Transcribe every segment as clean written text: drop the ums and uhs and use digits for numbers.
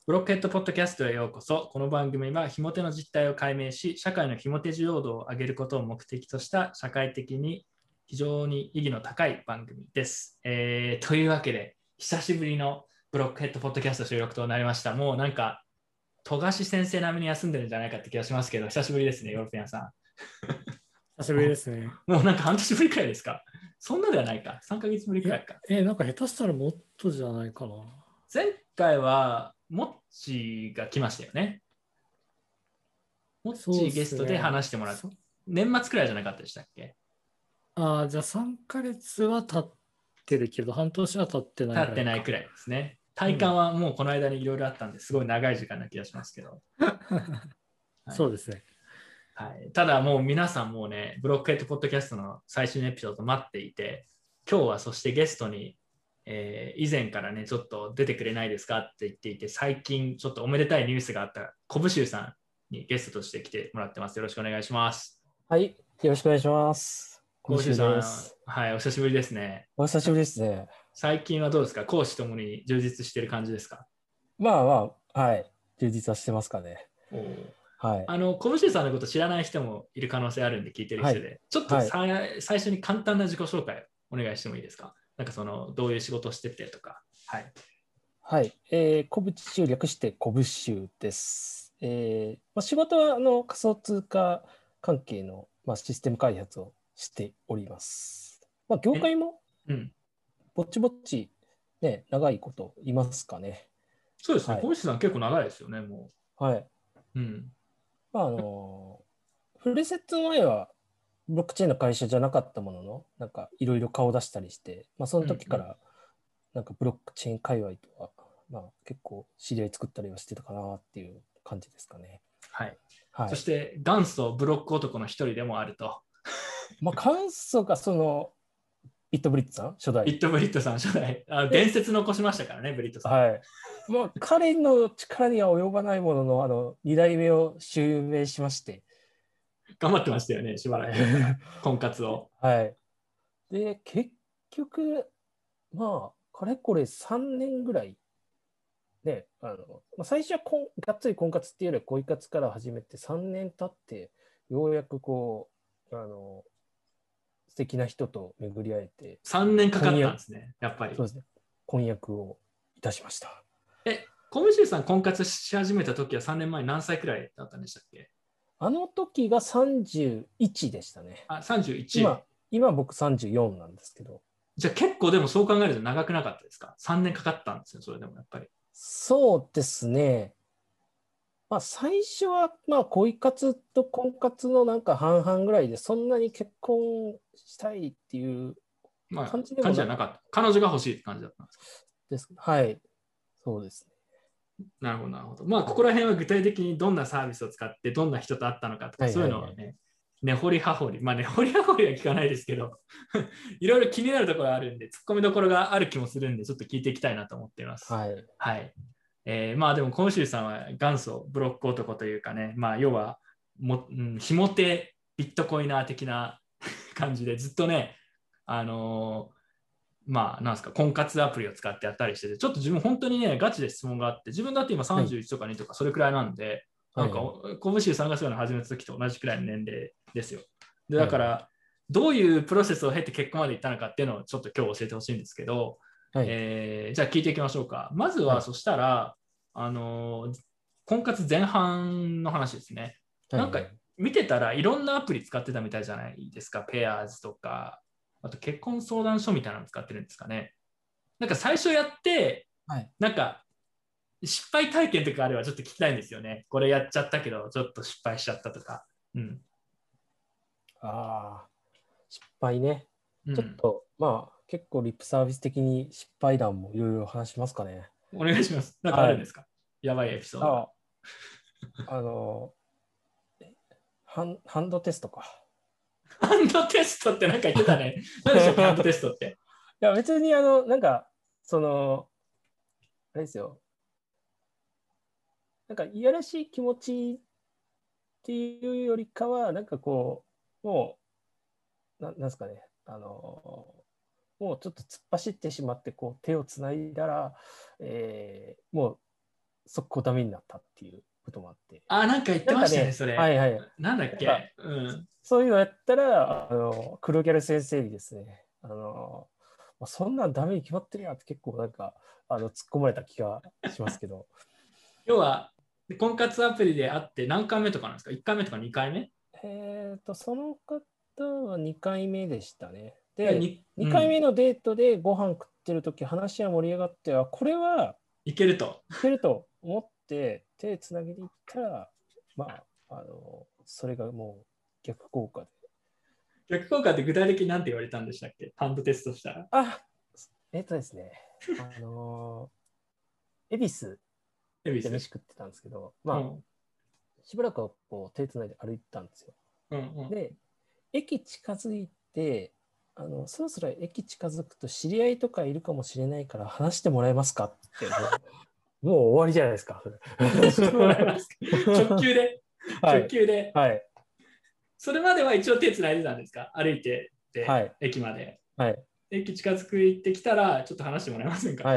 ブロックヘッドポッドキャストへようこそ。この番組は、ひも手の実態を解明し、社会のひも手需要度を上げることを目的とした社会的に非常に意義の高い番組です。というわけで、久しぶりのブロックヘッドポッドキャスト収録となりました。もうなんか、富樫先生並みに休んでるんじゃないかって気がしますけど、久しぶりですね、ヨーロピアンさ久しぶりですね。 ん。もうなんか半年ぶりくらいですか？そんなではないか。3ヶ月ぶりくらいか。 なんか下手したらもっとじゃないかな。 前回は、モッチーが来ましたよね。モッチそうでーゲストですね。 話してもらって、年末くらいじゃなかったでしたっけ？ じゃあ3ヶ月は経ってるけど、半年は経ってない経っぐらいか。 てないくらいですね。体感はもうこの間にいろいろあったんですごい長い時間な気がしますけど。はい。 そうですね。 はい、ただもう皆さんもうね、ブロックヘッドポッドキャストの最新のエピソード待っていて、今日はそしてゲストに、以前からね、ちょっと出てくれないですかって言っていて、最近ちょっとおめでたいニュースがあったコブシュウさんにゲストとして来てもらってます。よろしくお願いします。 はい、よろしくお願いします。 コブシュウコブシュウさん、 です。 はい、お久しぶりですね。 お久しぶりですね。 最近はどうですか？講師ともに充実してる感じですか？ まあまあ、はい、充実はしてますかね。 おー。 はい。 コブシュウさんのこと知らない人もいる可能性あるんで聞いてるはい。 人で、ちょっとはい。 最初に簡単な自己紹介をお願いしてもいいですか？なんかどういう仕事をしててとか。はい。 はい。コブシュウ略してコブシュウです。仕事は仮想通貨関係の、システム開発をしております。業界もうん。 ぼちぼち、ね、長いこといますかね。 そうですね。 はい。 コブシュウさん結構長いですよね、もはい。 う。うん。 フルセット前はブロックチェーンの会社じゃなかったものの、なんかいろいろ顔出したりして、その時かうんうん。 ら、なんかブロックチェーン界隈とは、結構知り合い作ったりはしてたかなっていう感じですかね。 はい。 はい。 そして元祖ブロック男の一人でもあると。 簡素がビットブリッツさん初代。 ビットブリットさん初代。伝で、 説残しましたからね、ブリットさん。 はい。彼の力には及ばないものの、2代目を襲名しまして、 頑張ってましたよね、しばらく。婚活を。 はい。で、結局、かれこれ3年ぐらいね、最初はがっつり婚活っていうよりは恋活から始めて3年経って、ようやく素敵な人と巡り会えて、 3年かかったんですね、やっぱり。 そうですね、婚約をいたしました。 コブシュウさん婚活し始めた時は3年前何歳くらいだったんでしたっけ？ あの時が31でしたね。 31。 今僕34なんですけど。 じゃあ結構でもそう考えると長くなかったですか？ 3 年かかったんですよ、それでもやっぱり。 そうですね。最初は、恋活と婚活のなんか半々ぐらいで、そんなに結婚したいっていうまあ、 感じで感もなかっじじゃなかった。彼女が欲しいって感じだったんですか？ たです。はい。そうですね。 なるほど、なるほど。まあ、ここら辺は具体的にどんなサービスを使って、どんな人と会ったのかとか、 はいそういうはいはい。 のをね、根掘り葉掘り、まあ、根掘り葉掘りは聞かないですけど、いろいろ気になるところあるんで、突っ込みどころがある気もするんで、ちょっと聞いていきたいなと思っています。 はい。 はい。まあでも、今週さんは元祖ブロック男というかね、まあ、要はひも手ビットコイナー的な感じで、ずっとね、あのーまあ、なんですか、婚活アプリを使ってやったりしてて、ちょっと自分本当にね、ガチで質問があって、自分だって今はい。 31とか2とかそれくらいなんで、なんか、 はいはい。 コブシュウさんがそういうの始めた時と同じくらいの年齢ですよ。で、 はいはい。 だから、どういうプロセスを経て結婚まで行ったのかっていうのをちょっと今日教えてほしいんですけど、 はい。 じゃあ聞いていきましょうか。まずは、 はい。 そしたら、あのー婚活前半の話ですね。なんかはいはい。 見てたらいろんなアプリ使ってたみたいじゃないですか。ペアーズとか、あと結婚相談所みたいなの使ってるんですかね。なんか最初やって、 はい。 なんか失敗体験とかあればちょっと聞きたいんですよね。これやっちゃったけど、ちょっと失敗しちゃったとか。うん。 ああ、失敗ね。 うん。 ちょっと、結構リップサービス的に失敗談もいろいろ話しますかね。 お願いします。なんかあはい。 るんですか？やばいエピソードが。 あ、あの、ハンドテストか。 ハンドテストってなんか言ってたね。何でしたっけ、ハンドテストって。 いや、別になんか、あれですよ。なんか、いやらしい気持ちっていうよりかは、なんかもなんですかね、もうちょっと突っ走ってしまって、手をつないだら、もう速攻ダメになったっていうこともあって。 なんか言ってましたね、それ。 はいはい。 なんだっけ、 そういうのやったら、黒ギャル先生にですね、そんなんダメに決まってるやんって結構なんか、突っ込まれた気がしますけど。 要は、婚活アプリで会って何回目とかなんですか？ 1 回目とか2回目？ その方は2回目でしたね。で、2回目のデートでご飯食ってるとき、話が盛り上がって、これはいけると思って手つなげていったら、それがもう逆効果で。 逆効果って具体的に何て言われたんでしたっけ？ハンドテストしたら。 ですね、恵比寿で飯食ってたんですけど、しばらくはこう手つないで歩いてたんですよ。で、駅近づいて、そろそろ駅近づくと知り合いとかいるかもしれないから話してもらえますかってもう終わりじゃないですか。 直球で、直球で、 はい。 それまでは一応手つないでたんですか？歩いてで、 はい、 駅まで。 はい。 駅近づいてきたらちょっと話してもらえませんか？ はい。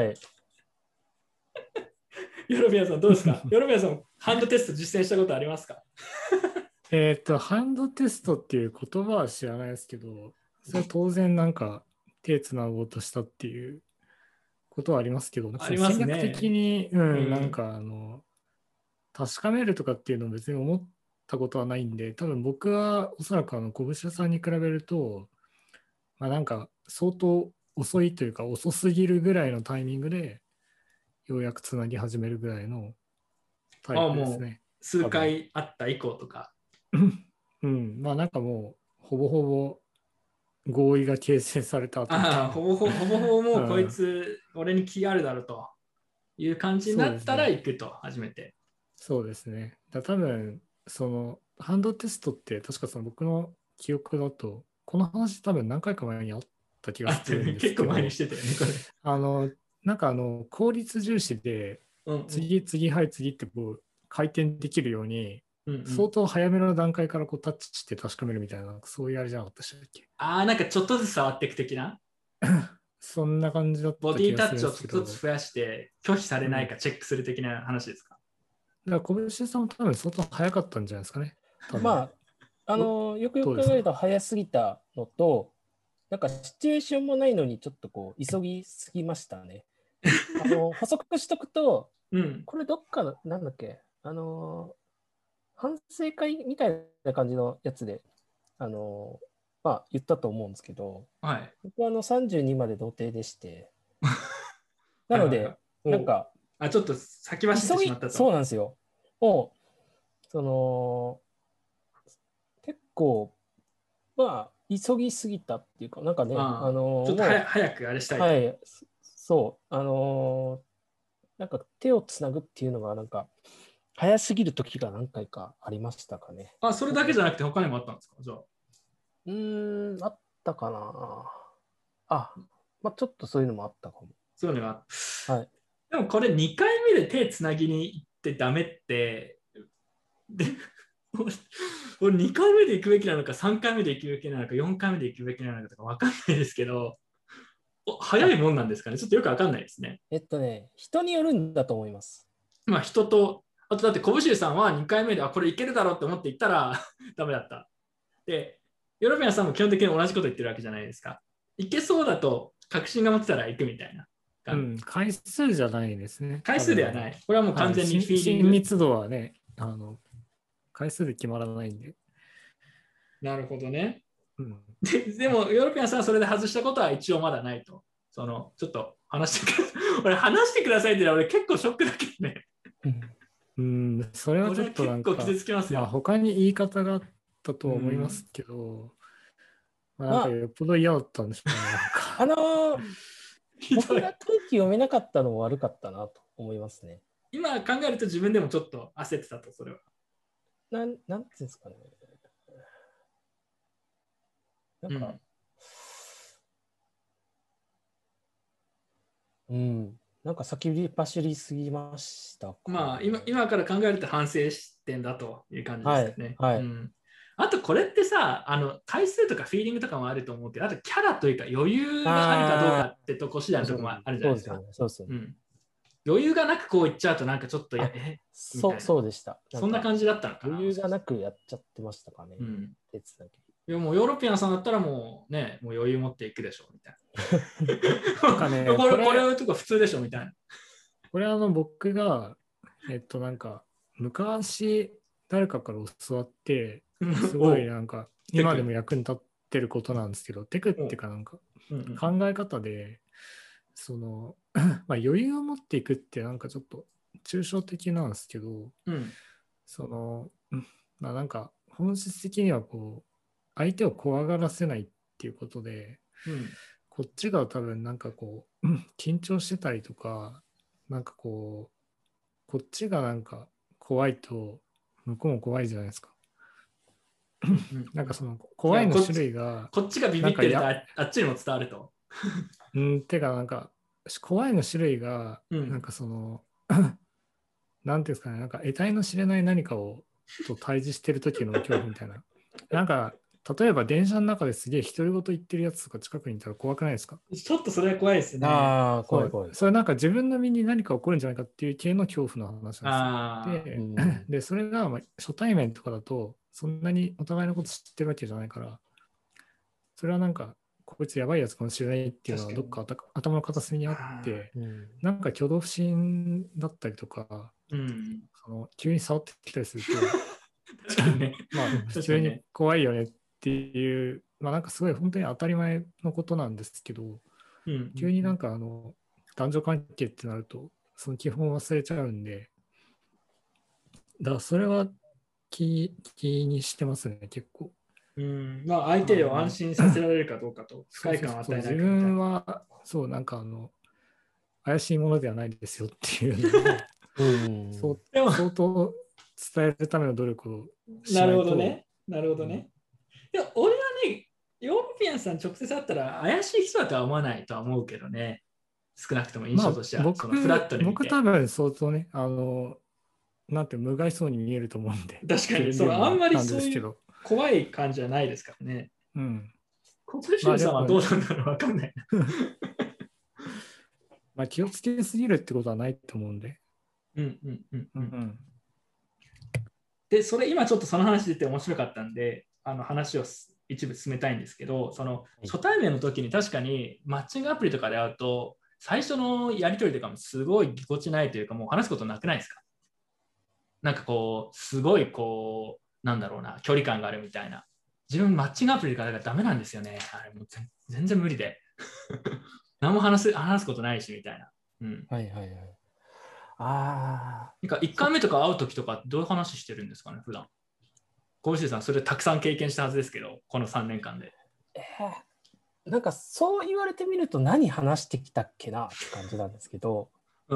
ヨロビアさんどうですか？ヨロビアさんハンドテスト実践したことありますか？ ハンドテストっていう言葉は知らないですけど、それは当然なんか手つなごうとしたっていうことはありますけど、 ありますね。 戦略的に、なんか確かめるとかっていうのを別に思ったことはないんで、多分僕はおそらく拳さんに比べると、なんか相当遅いというか遅すぎるぐらいのタイミングでようやくつなぎ始めるぐらいのタイプですね。 数回あった以降とか。 なんかもうほぼほぼ合意が形成された後みたいな。 ほぼほぼもうこいつ、俺に気があるだろうという感じになったら行くと、初めて。 そうですね。多分ハンドテストって確か僕の記憶だとこの話多分何回か前にあった気がするんですけど、 結構前にしてたよねこれ。 なんか効率重視で、次はい次ってこう回転できるように、相当早めの段階からこうタッチして確かめるみたいな、そういうあれじゃなかったでしたっけ？ なんかちょっとずつ触っていく的なそんな感じだったボディータッチをちょっとずつつ増やして拒否されないかチェックする的な話ですか？ だから拳さんも多分相当早かったんじゃないですかね。 よくよく考えると早すぎたのと、なんかシチュエーションもないのにちょっとこう急ぎすぎましたね。補足しとくと、これどっかの、なんだっけ、反省会みたいな感じのやつで、言ったと思うんですけど、僕は32まで童貞でして、なので、なんか、 ちょっと先走ってしまったと。 そうなんですよ。もう、結構、急ぎすぎたっていうか、なんかね、ちょっと早くあれしたいと。 はい、そう、なんか手をつなぐっていうのが、なんか、早すぎる時が何回かありましたかね。 それだけじゃなくて他にもあったんですか？じゃあ。 あったかな。ちょっとそういうのもあったかも。 そういうのが。 はい。 でもこれ2回目で手つなぎに行ってダメって、で、俺2回目で行くべきなのか、3回目で行くべきなのか、4回目で行くべきなのかとか分かんないですけど、早いもんなんですかね？ちょっとよく分かんないですね。 人によるんだと思います。 人と、あとだって小さんは2回目でこれいけるだろうって思って行ったらダメだった。で、ヨロピアンさんも基本的に同じこと言ってるわけじゃないですか。いけそうだと確信が持ってたら行くみたいな。 回数じゃないですね。 回数ではない。これはもう完全にフィーリング。 親密度はね、回数で決まらないんで。 なるほどね。でも、ヨーロピアンさんはそれで外したことは一応まだないと。ちょっと話してください。俺、話してくださいって言うのは俺結構ショックだけどね。 それはちょっとなんか、 結構傷つきますよ。 他に言い方があったと思いますけど、なんかよっぽど嫌だったんでしょうね。 僕が空気読めなかったのも悪かったなと思いますね。 今考えると自分でもちょっと焦ってたと、それは。 なんていうんですかね。なんか、なんか先走りすぎましたか、ね。 今から考えると反省点だという感じですね。 はい。 あとこれってさ、回数とかフィーリングとかもあると思うけど、あとキャラというか余裕があるかどうかってとこ次第のとこもあるじゃないですか。 余裕がなくこう言っちゃうとなんかちょっとそうでした。 そんな感じだったのかな。 余裕がなくやっちゃってましたかね。 いやもうヨーロピアンさんだったらもうね、もう余裕持っていくでしょみたいな。なんかね、これとか普通でしょみたいな。 これ僕が、なんか昔誰かから教わって、すごいなんか今でも役に立ってることなんですけど、テクっていうかなんか考え方で、そのまあ余裕を持っていくってなんかちょっと抽象的なんですけど、そのまあなんか本質的にはこう相手を怖がらせないっていうことで、こっちが多分なんかこう緊張してたりとか、なんかこっちがなんか怖いと向こうも怖いじゃないですか。なんかその怖いの種類がこっちがビビってるとあっちにも伝わると。 てかなんか怖いの種類がなんかそのなんていうんですかね、なんか得体の知れない何かをと対峙してる時の恐怖みたいな。なんか例えば電車の中ですげえ独り言言ってるやつとか近くにいたら怖くないですか？ ちょっとそれは怖いですね。 ああ、怖い。 それなんか自分の身に何か起こるんじゃないかっていう系の恐怖の話なんですよ。で、それが初対面とかだとそんなにお互いのこと知ってるわけじゃないから、それはなんかこいつやばいやつかもしれないっていうのはどっか頭の片隅にあって、なんか挙動不審だったりとか、その急に触ってきたりすると確かにね、 まあ普通に怖いよねっていう、まあなんかすごい本当に当たり前のことなんですけど、急になんか男女関係ってなるとその基本忘れちゃうんで、だからそれは気にしてますね、結構。 まあ相手を安心させられるかどうかと、不快感を与えないかみたいな。 自分はそうなんか怪しいものではないですよっていうのを相当伝えるための努力をしないと。 なるほどね。なるほどね。でも俺はね、ヨーロピアンさん直接会ったら怪しい人だとは思わないとは思うけどね。少なくとも印象としては、そのフラットに見て。 僕多分相当ね、なんて無害そうに見えると思うんで。 確かに、あんまりそういう怖い感じじゃないですからね。小林さんはどうなんだろう、わかんない。 まあ気をつけすぎるってことはないと思うんで。 で、今ちょっとその話出て面白かったんで、話を一部進めたいんですけど、その初対面の時に確かにマッチングアプリとかで会うと、最初のやり取りとかもすごいぎこちないというか、もう話すことなくないですか？なんかこう、すごいこう、なんだろうな、距離感があるみたいな。自分マッチングアプリからダメなんですよね。あれもう全然無理で。何も話すことないしみたいな。なんか1回目とか会う時とかどういう話してるんですかね、普段。小石さん、それたくさん経験したはずですけど、この3年間で。 なんかそう言われてみると何話してきたっけなって感じなんですけど、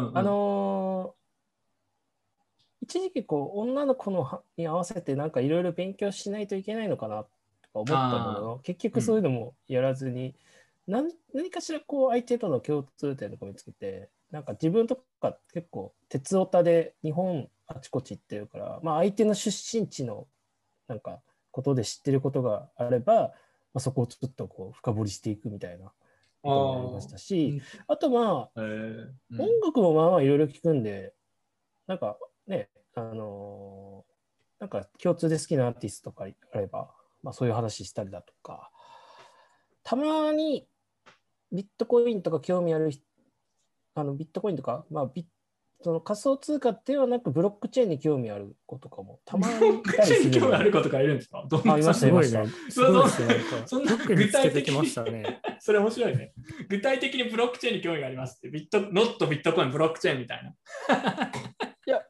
一時期こう女の子に合わせてなんかいろいろ勉強しないといけないのかなとか思ったものの、結局そういうのもやらずに、何かしらこう相手との共通点とか見つけて、なんか自分とか結構鉄オタで日本あちこち行ってるから、まあ、相手の出身地のなんかことで知ってることがあれば、まあ、そこをちょっとこう深掘りしていくみたいなこともありましたし、あとまあ、音楽もまあまあいろいろ聞くんで、なんかね、なんか共通で好きなアーティストとかあれば、まあ、そういう話したりだとか、たまにビットコインとか興味あるビットコインとか、まあ、その仮想通貨ではなくブロックチェーンに興味ある子とかもたまにいたりする。 ブロックチェーンに興味ある子とかいるんですか？ いました、いました。 そんな具体的にそれ面白いね。具体的にブロックチェーンに興味がありますって、ノットビットコインブロックチェーンみたいな。 いや、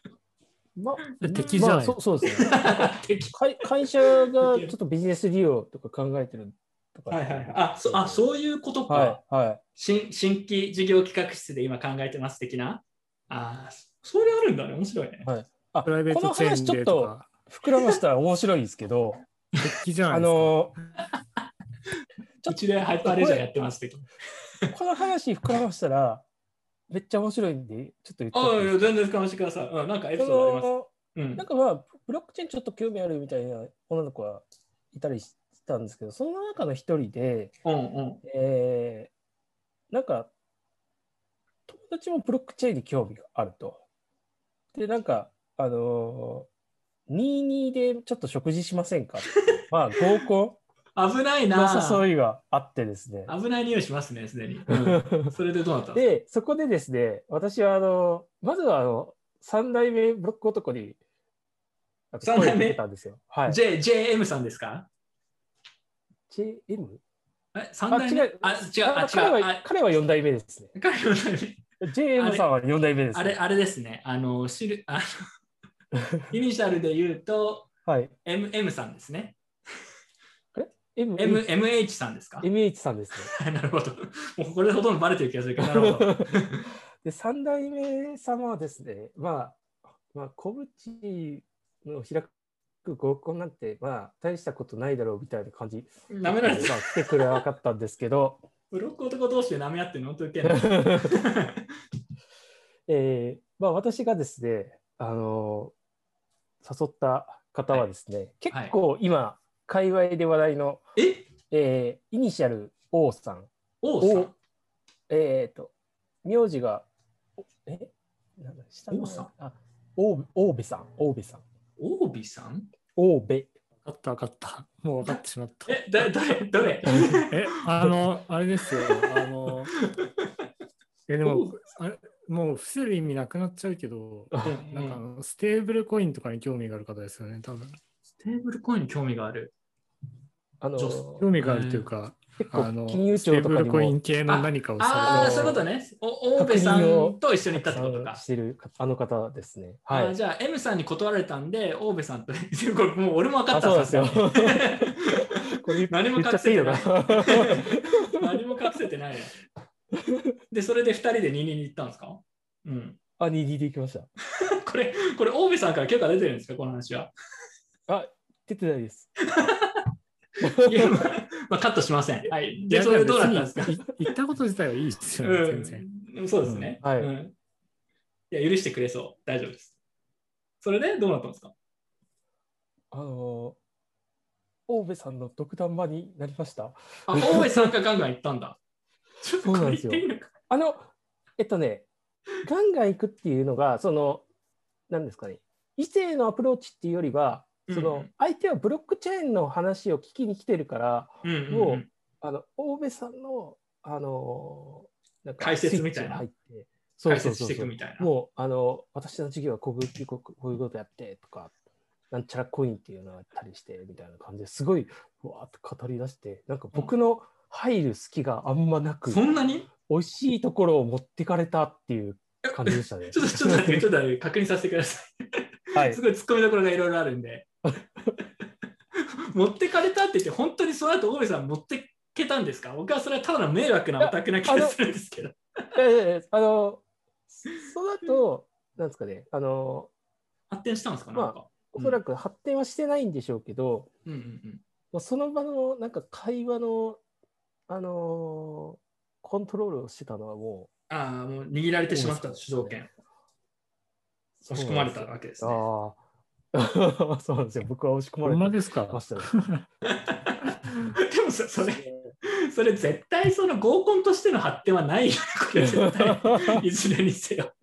敵じゃない。 そうですね。会社がちょっとビジネス利用とか考えてるとか。 そういうことか。新規事業企画室で今考えてます的な。それあるんだね。面白いね。 この話ちょっと膨らましたら面白いですけど、 敵じゃないですか。 うちでハイパーレジャーやってます的な。 この話膨らましたら、めっちゃ面白いんで、ちょっと言っていい。全然深ましてください。なんかエピソードあります。 なんかまあ、ブロックチェーンちょっと興味あるみたいな女の子はいたりしたんですけど、その中の一人で、なんか、友達もブロックチェーンに興味があると。で、なんか、22でちょっと食事しませんかってまあ、合コ危ないンのな。 誘いがあってですね。 危ない匂いしますね、すでに。それでどうなったんですか？ で、そこでですね、私はまずは3代目ブロック男に三代目声をかけたんですよ。はい。 JM さんですか？ JM? 3代目？ 違う。 違う。 彼は4代目ですね。 彼4代目。 JM さんは4代目ですね。 あれですね。イニシャルで言うと、 はい。 M さんですね。 あれ MH さんですか？ MH さんですね。 なるほど。もうこれでほとんどバレてる気がするけど、なるほど。 で、3代目様はですね、まあ、小渕の開く合コンなんて、まあ、大したことないだろうみたいな感じ。 舐められてまあ、来てくれなかったんですけど、 ブロック男同士で舐め合ってるの本当ウケんな。 まあ、私がですね、誘った方はですね、結構今、界隈で話題の、イニシャル O さん。 O さん。 名字が、なんだ下の O さん。 大部さん。大部さん。 大部さん？ 大部。 分かった。もう分かってしまった。 どれあれですよ。でも、もう伏せる意味なくなっちゃうけど、なんかステーブルコインとかに興味がある方ですよね、多分。 ステーブルコインに興味がある。 興味があるというか、 金融庁とかにもステーブルコイン系の何かをされてそういうことね。大部さんと一緒に行ったってことか。 してる方ですね。 はい。じゃあ M さんに断られたんで、大部さんと、これもう俺も分かったんですよ。 何も隠せてない。何も隠せてないよ。で、それで2人で22に行ったんですか？うん。 22で行きました。 これ、大部さんから許可出てるんですか、この話は。 出てないです。 いや、まあ、カットしません。はい。で、それどうだったんですか？ 行ったこと自体はいいですよね、全然。 そうですね。 はい。 いや、許してくれそう。大丈夫です。それでどうなったんですか？ 大部さんの独断場になりました。 大部さんがガンガン行ったんだ。 そうなんですよ。ガンガン行くっていうのが、何ですかね、異性のアプローチっていうよりは、相手はブロックチェーンの話を聞きに来てるから、もう、大部さんの、 なんか解説みたいな。 入って、 解説していくみたいな。 もう、私の授業はこういうことやってとか、なんちゃらコインっていうのがあったりして、みたいな感じですごい、わーっと語り出して、なんか僕の入る隙があんまなく、 そんなに美味しいところを持ってかれたっていう感じでしたね。 ちょっと待って、確認させてください。はい、すごい突っ込みどころがいろいろあるんで。持ってかれたって言って、本当にその後、大部さん持ってけたんですか？僕はそれはただの迷惑なオタクな気がするんですけど。 その後、なんですかね、 発展したんですか？なんか。 おそらく発展はしてないんでしょうけど、その場のなんか会話の、コントロールをしてたのはもう。 もう握られてしまった主導権。押し込まれたわけですね。 そうなんですよ。僕は押し込まれてましたね。 でもそれ絶対その合コンとしての発展はないよね。これ絶対いずれにせよ。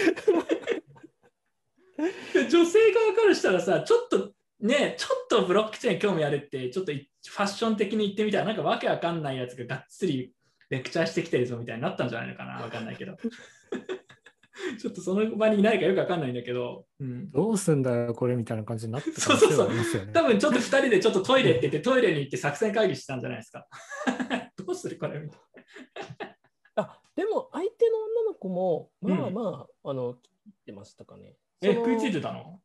女性側からしたらさ、ちょっとブロックチェーン興味あるって、ちょっとファッション的に言ってみたら、なんかわけわかんないやつががっつりレクチャーしてきてるぞみたいになったんじゃないのかな。わかんないけど。ちょっとその場にいないかよくわかんないんだけど、 どうすんだよこれみたいな感じになってたんですよね。多分ちょっと2人でちょっとトイレって言ってトイレに行って作戦会議してたんじゃないですか。どうするこれみたいな。でも相手の女の子もまあまあ、聞いてましたかね。 食いついてたの？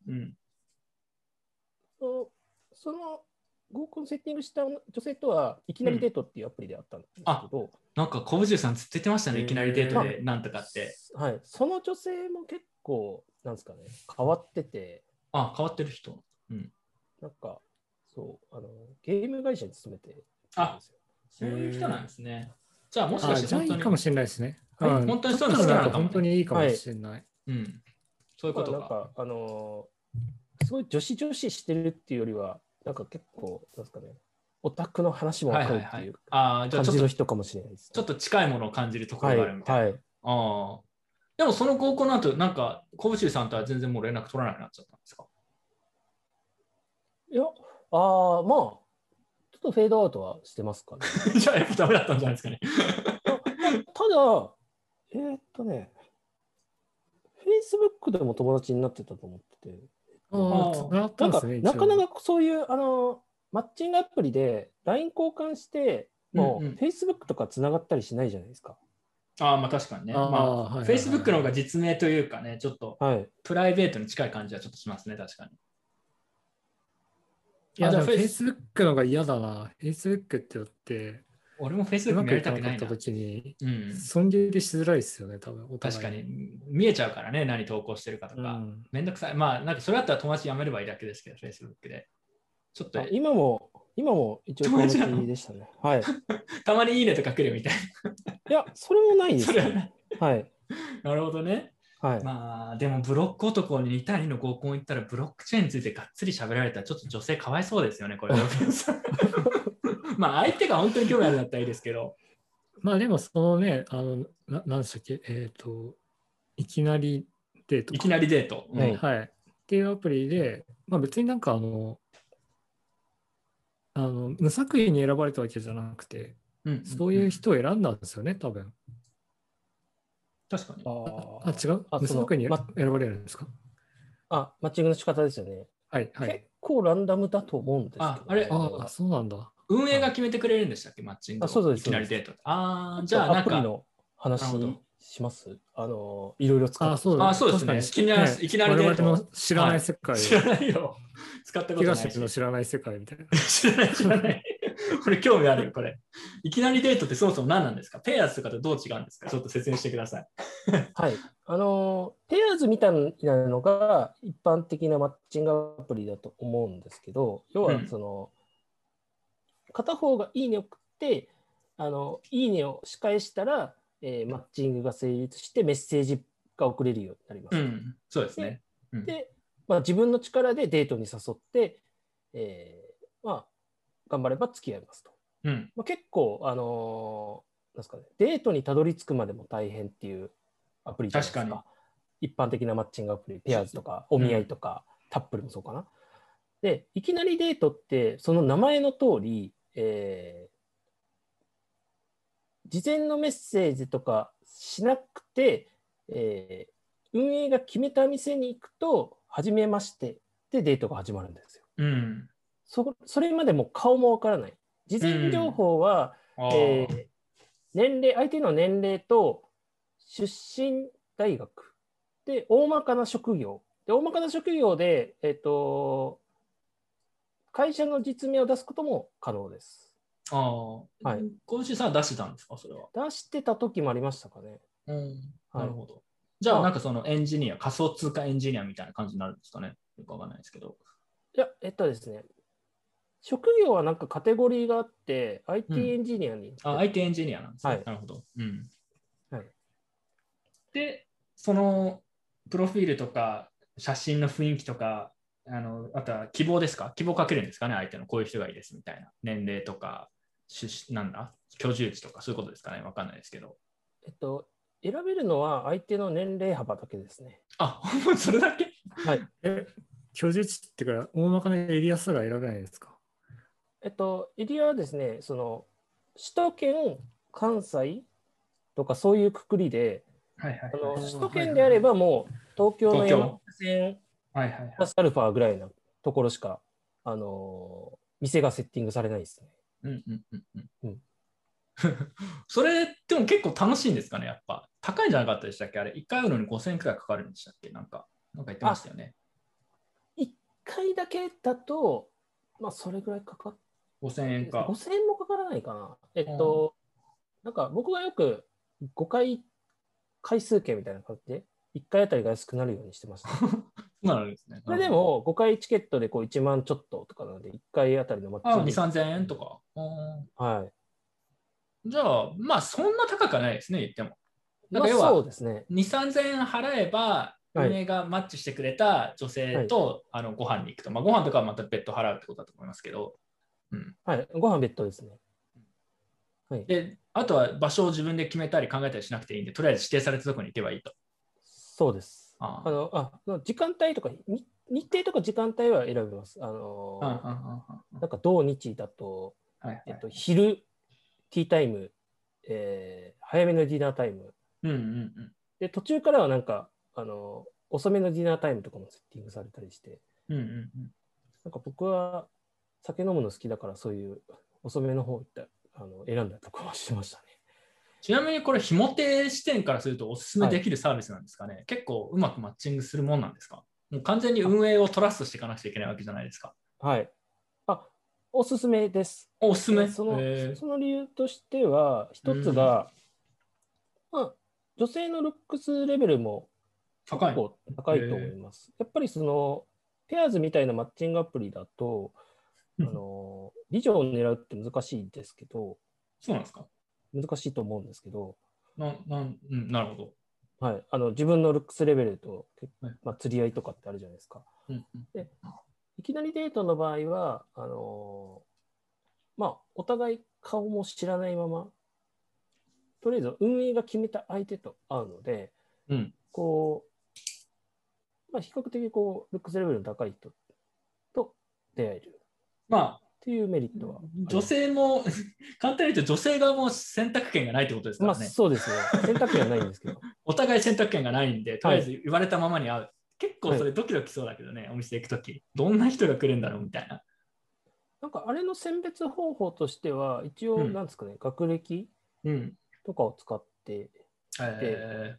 その合コンセッティングした女性とはいきなりデートっていうアプリであったんですけど、 なんか小渕さんずっと言ってましたね、いきなりデートでなんとかって。 はい、その女性も結構なんですかね、変わってて。 変わってる人。 なんかそうゲーム会社に勤めてるんですよ。 そういう人なんですね。じゃあもしかして本当にいいかもしれないですね。 本当にそういうの好きなのかも。 本当にいいかもしれない。 そういうことか。 なんかすごい女子してるっていうよりは、なんか結構なんですかね、オタクの話も分かるっていう感じの人かもしれないです。 ちょっと近いものを感じるところがあるみたいな。 でもその合コンの後、なんか、小渕さんとは全然もう連絡取らなくなっちゃったんですか？ いや、まあ、ちょっとフェードアウトはしてますかね。 じゃあやっぱダメだったんじゃないですかね。 ただ、Facebook でも友達になってたと思ってて、 つながったなんかんですね、 なかなか。 かそういうマッチングアプリで LINE 交換して、もう Facebook とかつながったりしないじゃないですか。 まあ確かにね。まあ、Facebook の方が実名というかね、ちょっとプライベートに近い感じはちょっとしますね、確かに。 いや、でも Facebook の方が嫌だな。Facebook って言って、 俺も Facebook やりたくないな。 った時に、損切りしづらいですよね、多分。 確かに。見えちゃうからね、何投稿してるかとか。めんどくさい。まあ、なんかそれだったら友達やめればいいだけですけど、Facebook で。ちょっと今も一応友達でしたね。はい。 たまにいいねとか来るみたいな。 いや、それもないですね。はい。 なるほどね。 はい、 まあ、でもブロック男に2対2の合コン行ったら、ブロックチェーンについてがっつり喋られたら、ちょっと女性かわいそうですよね、これ。まあ、相手が本当に興味あるんだったらいいですけど。 まあ、でも、そのね、何でしたっけ、いきなりデート。 いきなりデート。 はい。っていうアプリで、まあ、別になんか無作為に選ばれたわけじゃなくて、そういう人を選んだんですよね、多分。 確かに。 違う？無作為に選ばれるんですか？ マッチングの仕方ですよね。 はい。 結構ランダムだと思うんですけど、 あれそうなんだ。 運営が決めてくれるんでしたっけ、マッチングを。 そうです。 いきなりデート。じゃあ、 アプリの話します？いろいろ使って。 そうですね。いきなりデート。 我々の知らない世界。 知らないよ。使ったことないし。 東の知らない世界みたいな。 知らない。これ興味あるよ、これ。いきなりデートってそもそも何なんですか？ペアーズとかとどう違うんですか？ちょっと説明してください。 はい。ペアーズみたいなのが一般的なマッチングアプリだと思うんですけど、要は片方がいいねを送って、いいねを仕返したら、マッチングが成立してメッセージが送れるようになります。 そうですね。 で、自分の力でデートに誘って、頑張れば付き合いますと。結構、なんですかね、デートにたどり着くまでも大変っていうアプリじゃないですか。一般的なマッチングアプリ、ペアーズとか、お見合いとか、タップルもそうかな。で、いきなりデートって、その名前の通り、事前のメッセージとかしなくて、運営が決めた店に行くと、初めましてでデートが始まるんですよ。それまでも顔もわからない。事前情報は、年齢、相手の年齢と出身大学で、大まかな職業。で、大まかな職業で、会社の実名を出すことも可能です。 はい。今週さん出してたんですか、それは。 出してた時もありましたかね。 なるほど。じゃあ、なんかそのエンジニア、仮想通貨エンジニアみたいな感じになるんですかね。よくわかんないですけど。 いや、ですね。職業はなんかカテゴリーがあって、IT エンジニアに。 IT エンジニアなんですね。なるほど。で、そのプロフィールとか、写真の雰囲気とか、あとは希望ですか？希望かけるんですかね、相手のこういう人がいいですみたいな。年齢とか、居住地とか、そういうことですかね。わかんないですけど。 選べるのは相手の年齢幅だけですね。 それだけ？ はい。 居住地っていうか、大まかなエリアすら選べないですか？ エリアはですね、首都圏、関西とかそういうくくりで、首都圏であればもう東京の山手線プラスアルファぐらいのところしか、店がセッティングされないですね。 それでも結構楽しいんですかね、やっぱ。高いんじゃなかったでしたっけ？あれ、1回会うのに5000円くらいかかるんでしたっけ？なんか言ってましたよね。 1回だけだと、それぐらいかかって。 5000円か。 5000円もかからないかな。なんか僕がよく5回回数券みたいな感じで、1回あたりが安くなるようにしてました。 そうなんですね。 それでも5回チケットで1万ちょっととかなので、1回あたりのマッチング。 2、3000円とか。 はい。 じゃあ、そんな高くはないですね、言っても。 なんか要は、そうですね。 2、3000円払えば、運営がマッチしてくれた女性と、ご飯に行くと。ご飯とかはまた別途払うってことだと思いますけど。 はい、ご飯別途ですね。 で、あとは場所を自分で決めたり考えたりしなくていいんで、とりあえず指定されたところに行けばいいと。 そうです。 あ時間帯とか、日程とか時間帯は選べます。なんか同日だと、 はいはい昼、ティータイム、早めのディナータイム。 うんうんうん。 で、途中からはなんか、遅めのディナータイムとかもセッティングされたりして、 うんうんうん。 なんか僕は酒飲むの好きだから、そういう遅めの方って選んだりとかはしてましたね。 ちなみにこれ、ひも手視点からするとおすすめできるサービスなんですかね、結構うまくマッチングするもんなんですか？もう完全に運営をトラストしていかなくちゃいけないわけじゃないですか。 はい。おすすめです。 おすすめ？ その理由としては、一つが、女性のルックスレベルも結構高いと思います。やっぱりペアーズみたいなマッチングアプリだと、美女を狙うって難しいですけど、 そうなんですか？ 難しいと思うんですけど、 なるほど。 はい、自分のルックスレベルと、釣り合いとかってあるじゃないですか。でいきなりデートの場合は、お互い顔も知らないまま、とりあえず運営が決めた相手と会うので、比較的ルックスレベルの高い人と出会える。っていうメリットは。 女性も、簡単に言うと女性側も選択権がないってことですからね。 そうですね。選択権はないんですけど。 お互い選択権がないんで、とりあえず言われたままに会う。結構それドキドキそうだけどね、お店行くとき。どんな人が来るんだろうみたいな。 なんかあれの選別方法としては、一応、なんですかね、学歴とかを使ってで、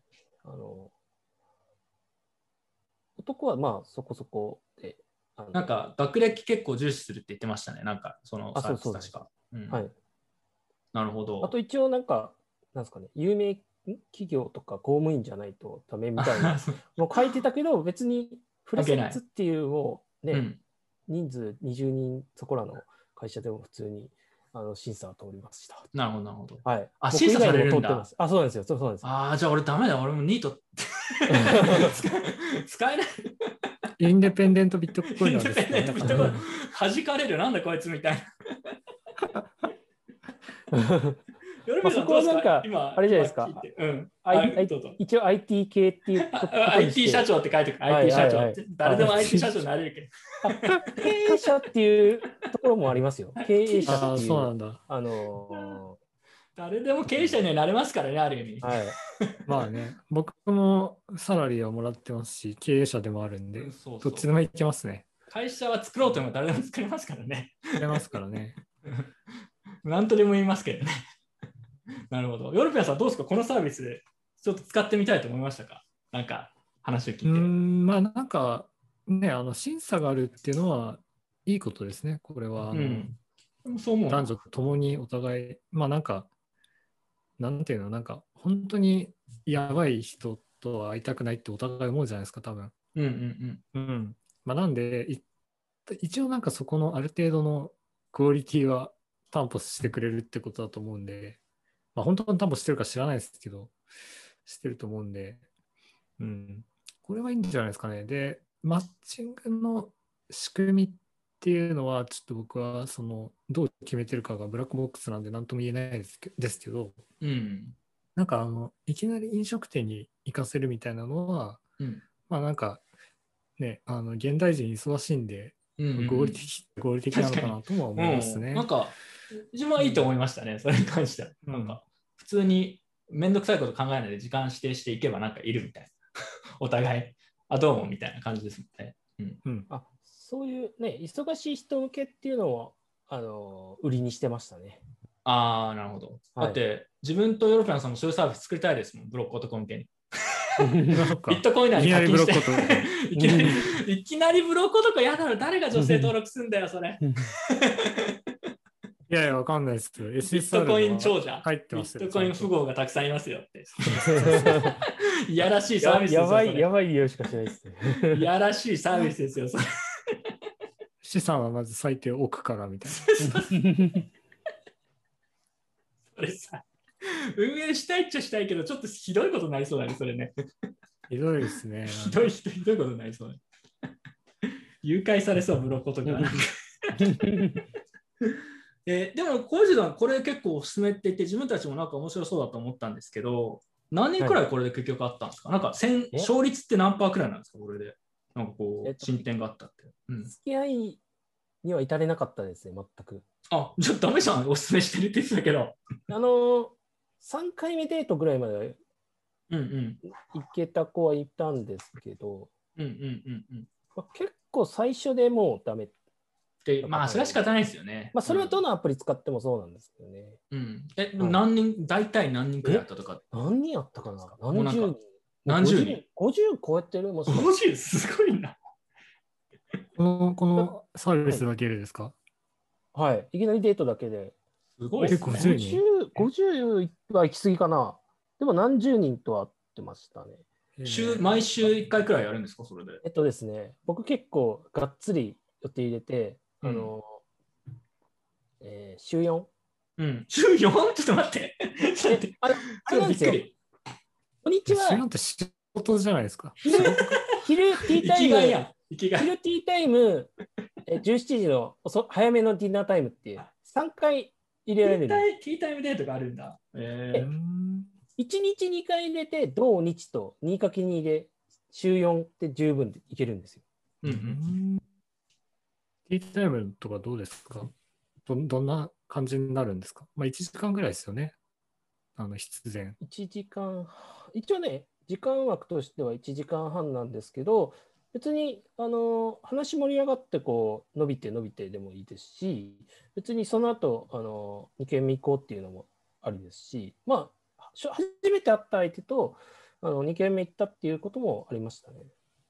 男はそこそこで。 なんか学歴結構重視するって言ってましたね。なんかそのサービス確か。 はい。 なるほど。 あと一応なんですかね、有名企業とか公務員じゃないとダメみたいなもう書いてたけど、別にフルセッツっていうもうね、人数20人そこらの会社でも普通に審査を通りました。 なるほど、なるほど。 はい。 審査されるんだ。 そうなんですよ。そうなんですよ。じゃあ俺ダメだ。俺もニート使えない。 インデペンデントビットコインなんですね。 弾かれる。なんだこいつみたいな。 そこはなんか、あれじゃないですか。一応 IT 系っていうこと。 IT 社長って書いておく。IT 社長って。誰でも IT 社長になれるけど。経営者っていうところもありますよ。経営者っていう。 そうなんだ。 誰でも経営者にはなれますからね、ある意味。 はい。 まあね、僕もサラリーはもらってますし、経営者でもあるんで、どっちでもいけますね。 会社は作ろうと思ったら誰でも作れますからね。 作れますからね。 なんとでも言いますけどね。なるほど。ヨルピアさんどうですか？このサービスでちょっと使ってみたいと思いましたか？なんか話を聞いて。 まあなんかね、審査があるっていうのはいいことですね。これはそう思う。 男女ともにお互い、まあなんか、なんていうの、なんか本当にやばい人とは会いたくないってお互い思うじゃないですか、多分。まあなんで、一応なんかそこのある程度のクオリティは担保してくれるってことだと思うんで、まあ本当に担保してるか知らないですけど、してると思うんで、これはいいんじゃないですかね。で、マッチングの仕組みっていうのは、ちょっと僕はどう決めてるかがブラックボックスなんで何とも言えないですけど、なんかいきなり飲食店に行かせるみたいなのは、まあなんかね、現代人忙しいんで、合理的なのかなとも思いますね。 なんか自分はいいと思いましたね、それに関しては。なんか普通にめんどくさいこと考えないで時間指定していけばなんかいるみたいな。お互い、どうもみたいな感じですもんね。 そういうね、忙しい人向けっていうのを売りにしてましたね。 なるほど。だって自分とヨルピアンさんもそういうサービス作りたいですもん、ブロック男向けに。ビットコイン内に課金していきなりブロック男やだろ、誰が女性登録すんだよ、それ。 いやいや、わかんないです。 ビットコイン長者。 入ってます。 ビットコイン富豪がたくさんいますよって。いやらしいサービスですよ。 やばい理由しかしないですね。 いやらしいサービスですよ、それ。 資産はまず最低億からみたいな。 それさ、運営したいっちゃしたいけど、ちょっとひどいことになりそうだね、それね。 ひどいですね。 ひどいことになりそう。誘拐されそう、ブロックとか。でも、コージさん、これ結構おすすめって言って、自分たちもなんか面白そうだと思ったんですけど、 何人くらいこれで結局あったんですか？なんか勝率って何パーくらいなんですかこれで。なんかこう、進展があったって。 付き合いには至れなかったですね、全く。 あ、ちょっとダメじゃん。おすすめしてるって言ってたけど。 3回目デートぐらいまで行けた子はいたんですけど、結構最初でもうダメ。 で、まあ、それは仕方ないですよね。 まあ、それはどのアプリ使ってもそうなんですけどね。 何人、大体何人くらいあったとか。 何人あったかな？何十人。 何十人 ?50 超えてる？もしかして。50すごいな。 このサービスだけでですか？ はい。いきなりデートだけで。 すごいですね。 50は行き過ぎかな。でも何十人とは会ってましたね。 毎週1回くらいやるんですか、それで。 ですね、僕結構がっつり予定入れて、週 4？ 週 4？ ちょっと待って。 あれなんですよ。こんにちは。 週4って仕事じゃないですか。 昼ティータイム。 昼ティータイム、17時の早めのディナータイムっていう3回入れられる。 ティータイムデートがあるんだ。 1日2回入れて、同日と 2×2 で週4って十分でいけるんですよ。 ティータイムとかどうですか？どんな感じになるんですか？まあ1時間ぐらいですよね。必然。 1時間、一応ね、時間枠としては1時間半なんですけど、別に話盛り上がってこう伸びてでもいいですし、別にその後2軒目行こうっていうのもありですし、まあ、初めて会った相手と2軒目行ったっていうこともありましたね。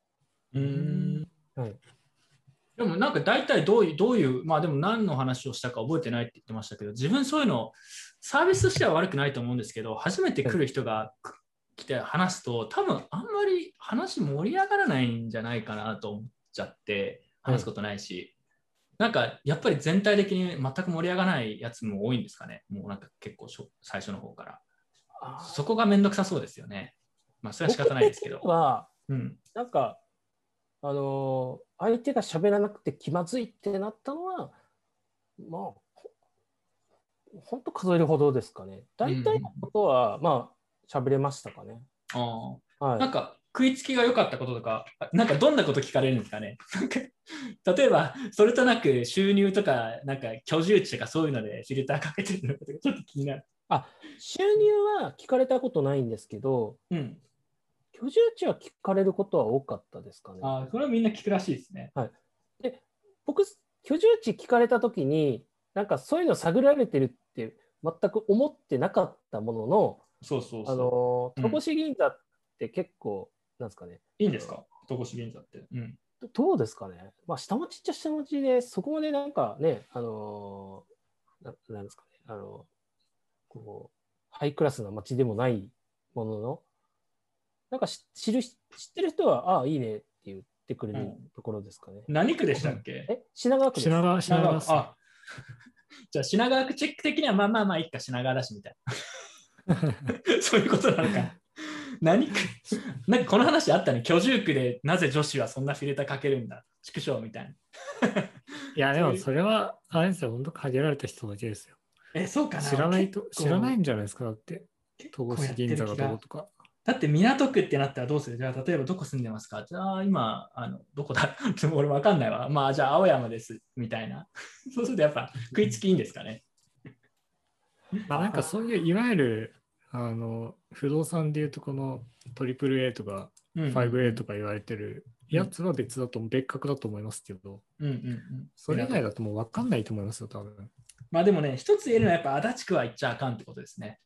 はい。 でもなんか大体どういう、まあでも何の話をしたか覚えてないって言ってましたけど、自分そういうの、サービスとしては悪くないと思うんですけど、初めて来る人が来て話すと、多分あんまり話盛り上がらないんじゃないかなと思っちゃって、話すことないし、なんかやっぱり全体的に全く盛り上がらないやつも多いんですかね。もうなんか結構最初の方から。そこがめんどくさそうですよね。まあそれは仕方ないですけど。 なんか、相手が喋らなくて気まずいってなったのは、まあ、本当数えるほどですかね。大体のことは、まあ、喋れましたかね。 なんか食いつきが良かったこととか、なんかどんなこと聞かれるんですかね。例えば、それとなく収入とか、なんか居住地とかそういうのでフィルターかけてるのかとか、ちょっと気になる。 収入は聞かれたことないんですけど、居住地は聞かれることは多かったですかね。 それはみんな聞くらしいですね。 で、僕、居住地聞かれたときに、なんかそういうの探られてるって全く思ってなかったものの、戸越銀座って結構、なんですかね。 いいんですか、戸越銀座って。 どうですかね。まあ、下町っちゃ下町で、そこまでなんかね、なんですかね、こう、ハイクラスな町でもないものの、なんか知ってる人は、ああ、いいねって言ってくれるところですかね。 何区でしたっけ？ 品川区です。 品川区。 じゃあ品川区チェック的にはまあいいか、品川だしみたいな。そういうことなのか。何区なんかこの話あったね。居住区でなぜ女子はそんなフィルターかけるんだ。畜生みたいな。 いや、でもそれは、あれですよ、本当限られた人だけですよ。 そうかな。 知らないんじゃないですか、だって。戸越銀座がどことか。 だって港区ってなったらどうする？じゃあ例えばどこ住んでますか？じゃあ今どこだ俺わかんないわ。まあじゃあ青山ですみたいな。そうするとやっぱ食いつきいいんですかね。 まあなんかそういういわゆる不動産でいうとこの AAA とか 5A とか言われてるやつは別格だと思いますけど、それ以外だともう分かんないと思いますよ、多分。 まあでもね、一つ言えるのはやっぱ足立区は行っちゃあかんってことですね。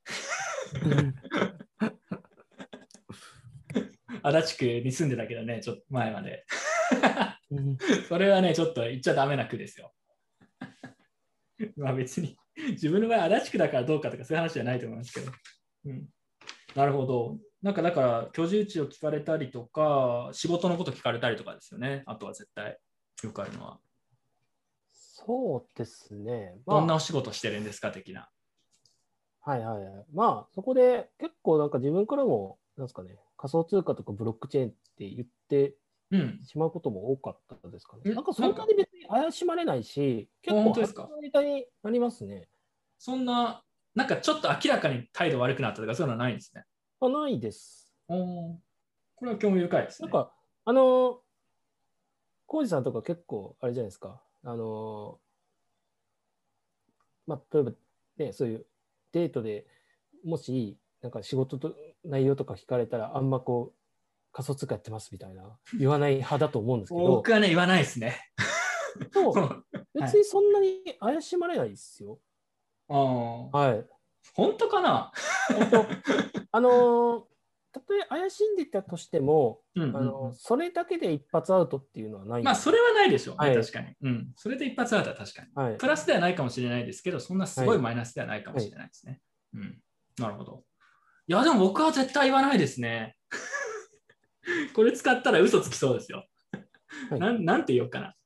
足立区に住んでたけどね、ちょっと前まで。それはね、ちょっと行っちゃダメな区ですよ。まあ別に、自分の場合、足立区だからどうかとかそういう話じゃないと思いますけど。なるほど。なんかだから、居住地を聞かれたりとか、仕事のこと聞かれたりとかですよね。あとは絶対、よくあるのは。 そうですね。 どんなお仕事してるんですか、的な。 まあ、そこで結構なんか自分からも、なんですかね、仮想通貨とかブロックチェーンって言ってしまうことも多かったですかね。なんかそんなに別に怪しまれないし、結構ネタになりますね。 そんな、なんかちょっと明らかに態度悪くなったとかそういうのはないんですね。 ないです。 これは興味深いですね。 なんか、浩二さんとか結構、あれじゃないですか。例えば、ね、そういうデートでもし、なんか仕事と内容とか聞かれたら、あんまこう、仮想通貨やってますみたいな、言わない派だと思うんですけど、 僕はね、言わないですね。 そう別にそんなに怪しまれないですよ。はい。 本当かな。 たとえ怪しんでたとしても、それだけで一発アウトっていうのはないんで。 まあ、それはないでしょうね、 はい確かに。それで一発アウトは確かに。 はい、 プラスではないかもしれないですけど、そんなすごいマイナスではないかもしれないですね。なるほど。いや、でも僕は絶対言わないですね。これ使ったら嘘つきそうですよ。なんて言おうかな。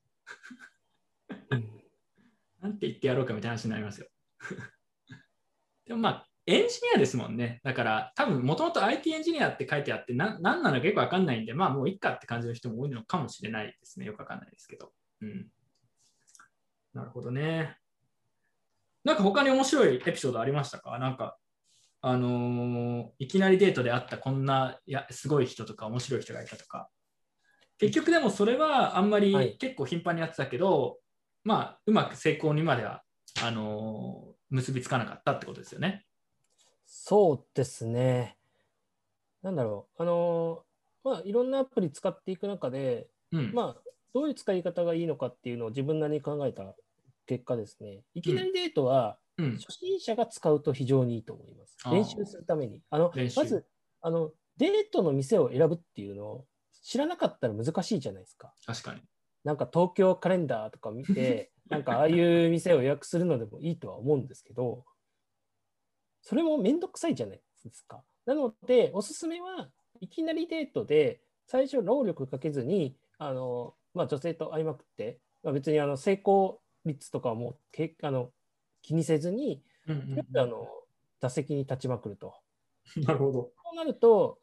なんて言ってやろうかみたいな話になりますよ。でもまあ、エンジニアですもんね。だから多分もともと IT エンジニアって書いてあって何なのか結構わかんないんで、まあもういっかって感じの人も多いのかもしれないですね。よくわかんないですけど。なるほどね。なんか他に面白いエピソードありましたか？なんか、いきなりデートで会ったこんないやすごい人とか面白い人がいたとか。結局でもそれはあんまり結構頻繁にやってたけど、まあうまく成功にまでは結びつかなかったってことですよね。 そうですね。なんだろう。いろんなアプリ使っていく中で、どういう使い方がいいのかっていうのを自分なりに考えた結果ですね、いきなりデートは初心者が使うと非常にいいと思います。練習するために。まずデートの店を選ぶっていうのを知らなかったら難しいじゃないですか。 確かに。 なんか東京カレンダーとか見て、なんかああいう店を予約するのでもいいとは思うんですけど、それもめんどくさいじゃないですか。なので、おすすめはいきなりデートで最初労力かけずに、女性と会いまくって、別に成功率とかも気にせずに、座席に立ちまくると。 なるほど。 そうなると、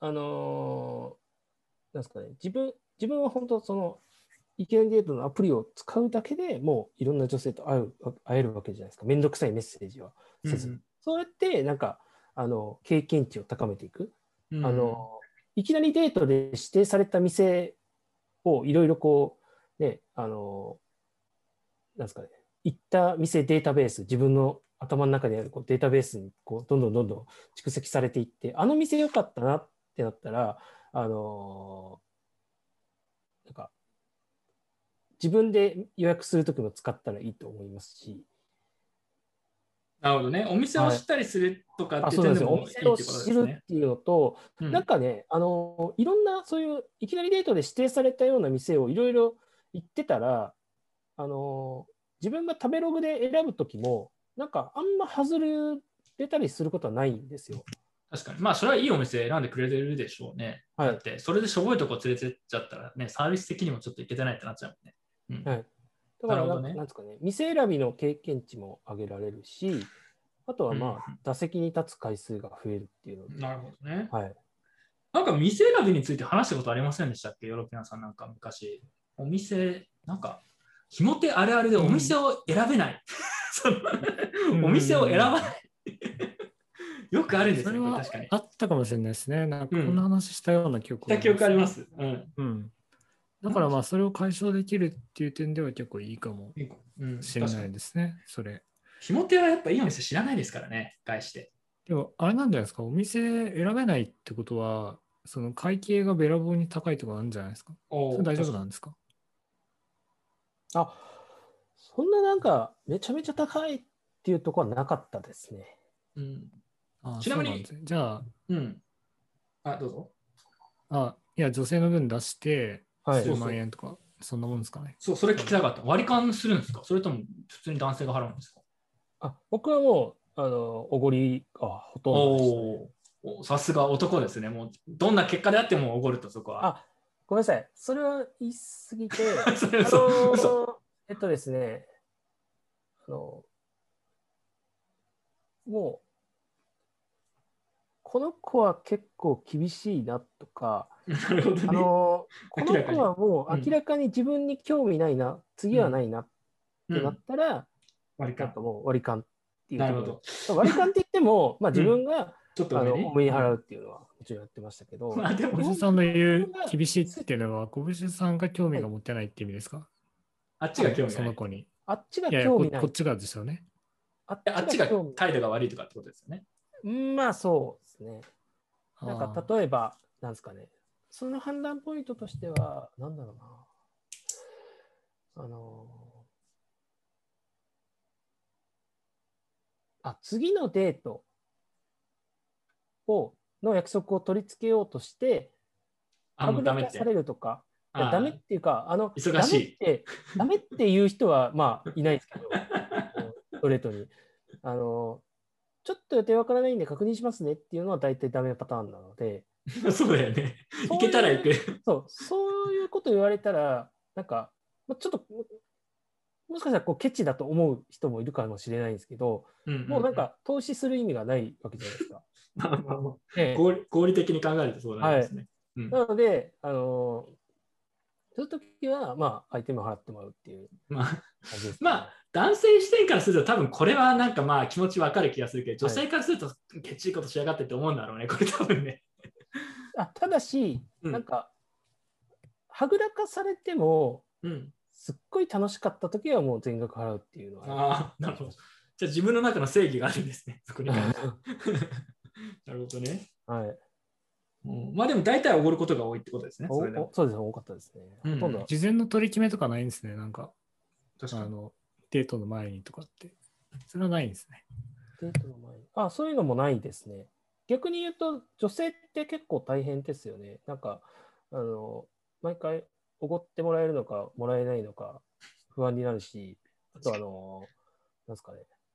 なんですかね、自分は本当いきなりデートのアプリを使うだけでもういろんな女性と会えるわけじゃないですか。めんどくさいメッセージはせず。そうやってなんか経験値を高めていく。いきなりデートで指定された店をいろいろこうね、なんですかね、行った店データベース、自分の頭の中にあるデータベースにどんどん蓄積されていって、あの店良かったなってなったら、なんか自分で予約するときも使ったらいいと思いますし。 なるほどね。お店を知ったりするとかっていう点でもいいってことですね。お店を知るっていうのと、なんかね、いろんなそういういきなりデートで指定されたような店をいろいろ行ってたら、自分が食べログで選ぶときも、なんかあんま外れたりすることはないんですよ。 確かに。まあ、それはいいお店選んでくれてるでしょうね。だって、それでしょぼいとこ連れてっちゃったらね、サービス的にもちょっといけてないってなっちゃうもんね。 はい。だからなんですかね、店選びの経験値も上げられるし、あとは座席に立つ回数が増えるっていうので。 なるほどね。 はい。 なんか店選びについて話したことありませんでしたっけ、ヨロピアンさん。なんか昔。お店、なんか、ひも手あるあるでお店を選べない。お店を選ばない。よくあるんですよ、 ね、確かに。あったかもしれないですね。なんかこんな話したような記憶が、した記憶あります。 だからまあそれを解消できるっていう点では結構いいかもしれないですね、それ。 ひも手はやっぱいいお店知らないですからね、返して。 でもあれなんじゃないですか、お店選べないってことは、その会計がべらぼうに高いとかあるんじゃないですか。それ大丈夫なんですか？ そんななんかめちゃめちゃ高いっていうところはなかったですね。 ちなみに、 じゃあ、どうぞ。 いや、女性の分出して数万円とか、そんなもんですかね。 そう、それ聞きたかった。割り勘するんですか？それとも普通に男性が払うんですか？ 僕はもう、おごりがほとんどでしたね。 さすが男ですね。もう、どんな結果であってもおごると、そこは。 ごめんなさい。それは言い過ぎて、ですね、もう、この子は結構厳しいなとか、 なるほどね、 この子はもう明らかに自分に興味ないな、次はないなってなったら、なんかもう割り勘っていう。 なるほど。 割り勘って言っても、自分がちょっと上に多めに払うっていうのはもちろんやってましたけど、 まあでも小渕さんの言う厳しいっていうのは、小渕さんが興味が持ってないって意味ですか？ あっちが興味ない。 その子に。 あっちがいやいや興味ない。 こっちがですよね。 あっあっちが興味態度が悪いとかってことですよね。 まあそうですね。なんかあ例えば、なんですかね、その判断ポイントとしては、なんだろうな。次のデートの約束を取り付けようとして、はぐらかされるとか、いやダメっていうか、 忙しい。 ダメっていう人はまあいないですけど、ストレートに。ちょっと予定わからないんで確認しますねっていうのは大体ダメパターンなので、 そうだよね。行けたら行く。 そういうこと言われたら、なんか、ちょっと、もしかしたらケチだと思う人もいるかもしれないんですけど、もうなんか投資する意味がないわけじゃないですか。 合理的に考えるとそうなんですね。 なので、そういう時は、まあ、相手も払ってもらうっていう感じです、ね。 まあ、男性視点からすると、多分これはなんかまあ気持ちわかる気がするけど、女性からすると、ケチいことしやがってって思うんだろうね、これ多分ね。 ただし、なんか、はぐらかされても、すっごい楽しかった時はもう全額払うっていうのは。 なるほど。じゃあ自分の中の正義があるんですね、そこに関して。なるほどね。 はい。 まあでも大体おごることが多いってことですね。 そうですね、多かったですね。ほとんど。 事前の取り決めとかないんですね、なんか。デートの前にとかって。それはないんですね。 デートの前に。そういうのもないですね。逆に言うと、女性って結構大変ですよね。なんか、毎回おごってもらえるのか、もらえないのか、不安になるし、あとなんですかね、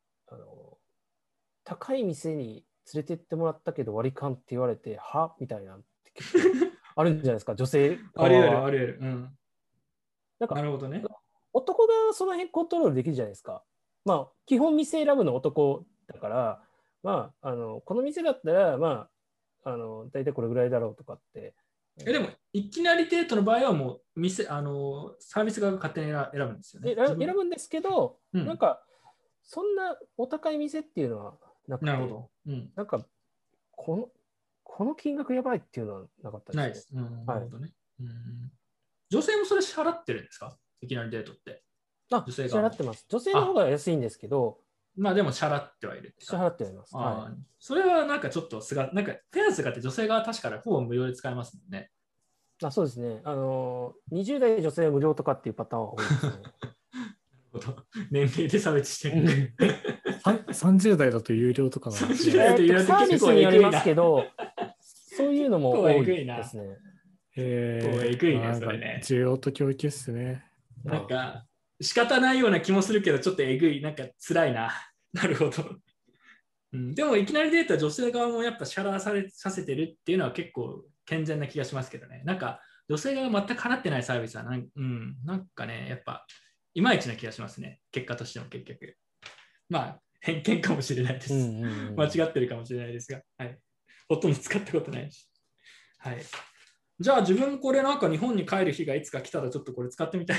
高い店に連れてってもらったけど割り勘って言われて、はみたいなって結構あるんじゃないですか、女性あり得る、あり得る。 なんか、 なるほどね。 男がその辺コントロールできるじゃないですか。まあ、基本店選ぶの男だから、まあ、この店だったら、まあ、大体これぐらいだろうとかって。 でも、いきなりデートの場合はもうサービス側が勝手に選ぶんですよね。 選ぶんですけど、なんか、そんなお高い店っていうのはなくて、 なるほど。 なんか、この金額やばいっていうのはなかったですね。 ないです。なるほどね。女性もそれ支払ってるんですか？いきなりデートって。 女性が支払ってます。女性の方が安いんですけど、 まあでも支払ってはいる。 支払ってはいます。 それはなんかちょっとなんかペアスがあって女性が確かほぼ無料で使えますもんね。 そうですね。20代女性は無料とかっていうパターンは多いですね。 年齢で差別してる。 30代だと有料とかなんですサービスによりますけど、そういうのも多いですね。 えぐいね、それね。 需要と供給っすね。 なんか、仕方ないような気もするけど、ちょっとえぐい、なんか辛いな。なるほど。でも、いきなりデータ、女性側もやっぱ支払わさせてるっていうのは結構健全な気がしますけどね。なんか、女性側が全く払ってないサービスはなんかね、やっぱ、いまいちな気がしますね。結果としても結局。まあ、偏見かもしれないです。間違ってるかもしれないですが、はい。ほとんど使ったことないし。はい。じゃあ自分これなんか日本に帰る日がいつか来たらちょっとこれ使ってみたい。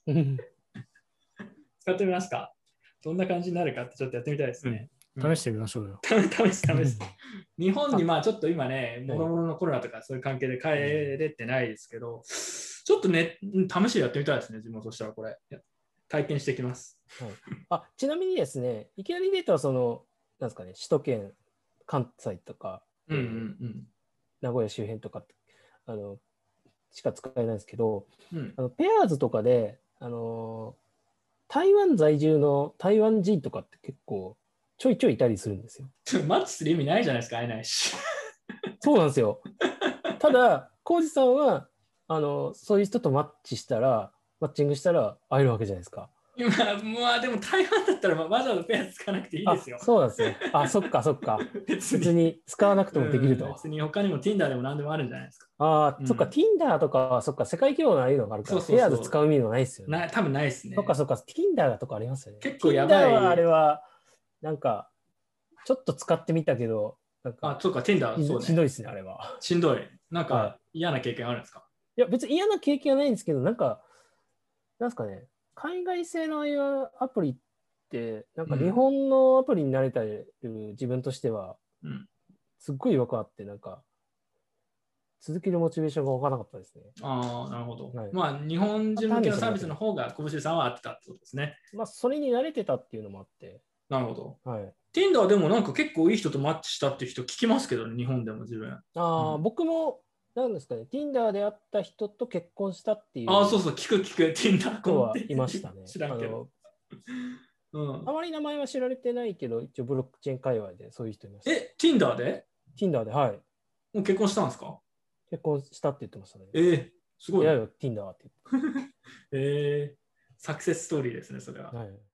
使ってみますか？どんな感じになるかってちょっとやってみたいですね。 試してみましょうよ。 試す。日本にまあちょっと今ね、もろもろのコロナとかそういう関係で帰れてないですけど、ちょっとね、試してやってみたいですね、自分としてはこれ。体験してきます。 ちなみにですね、いきなりデータはなんですかね、首都圏、関西とか、名古屋周辺とかしか使えないんですけど、ペアーズとかで、台湾在住の台湾人とかって結構ちょいちょいいたりするんですよ。 マッチする意味ないじゃないですか、会えないし。 そうなんですよ。ただ、浩二さんはそういう人とマッチしたら、マッチングしたら会えるわけじゃないですか。 まあでも台湾だったらわざわざペア使わなくていいですよ。 そうなんですね。そっか。別に使わなくてもできると。 別に他にも Tinder でも何でもあるんじゃないですか。 そっか、Tinder とかは、そっか、世界規模のああいうのがあるから、ペアーズ使う意味もないですよね。 多分ないですね。 そっか、Tinder とかありますよね。 結構やばい。 Tinder はあれは、なんか、ちょっと使ってみたけど、なんか、 そうか、Tinder、そうね。 しんどいですね、あれは。 しんどい。なんか、嫌な経験あるんですか？ いや、別に嫌な経験はないんですけど、なんですかね、海外製のああいうアプリって、なんか日本のアプリに慣れてる自分としては、 すっごい違和感あって、なんか、続けるモチベーションがわからなかったですね。 ああ、なるほど。 はいまあ、日本人向けのサービスの方が、小渕さんは合ってたってことですね。 まあ、それに慣れてたっていうのもあって。 なるほど。 はい。 Tinder でもなんか結構いい人とマッチしたっていう人聞きますけどね、日本でも自分。 ああ、僕も、なんですかね、Tinder で会った人と結婚したっていうああ、そうそう、聞く、Tinder 人はいましたね。 知らんけど。 あまり名前は知られてないけど、一応ブロックチェーン界隈でそういう人いました。 Tinder で Tinder で、はい。 もう結婚したんですか？ 結婚したって言ってましたね。 すごい。 いやいや、Tinder ってサクセスストーリーですね、それは。 言って。はい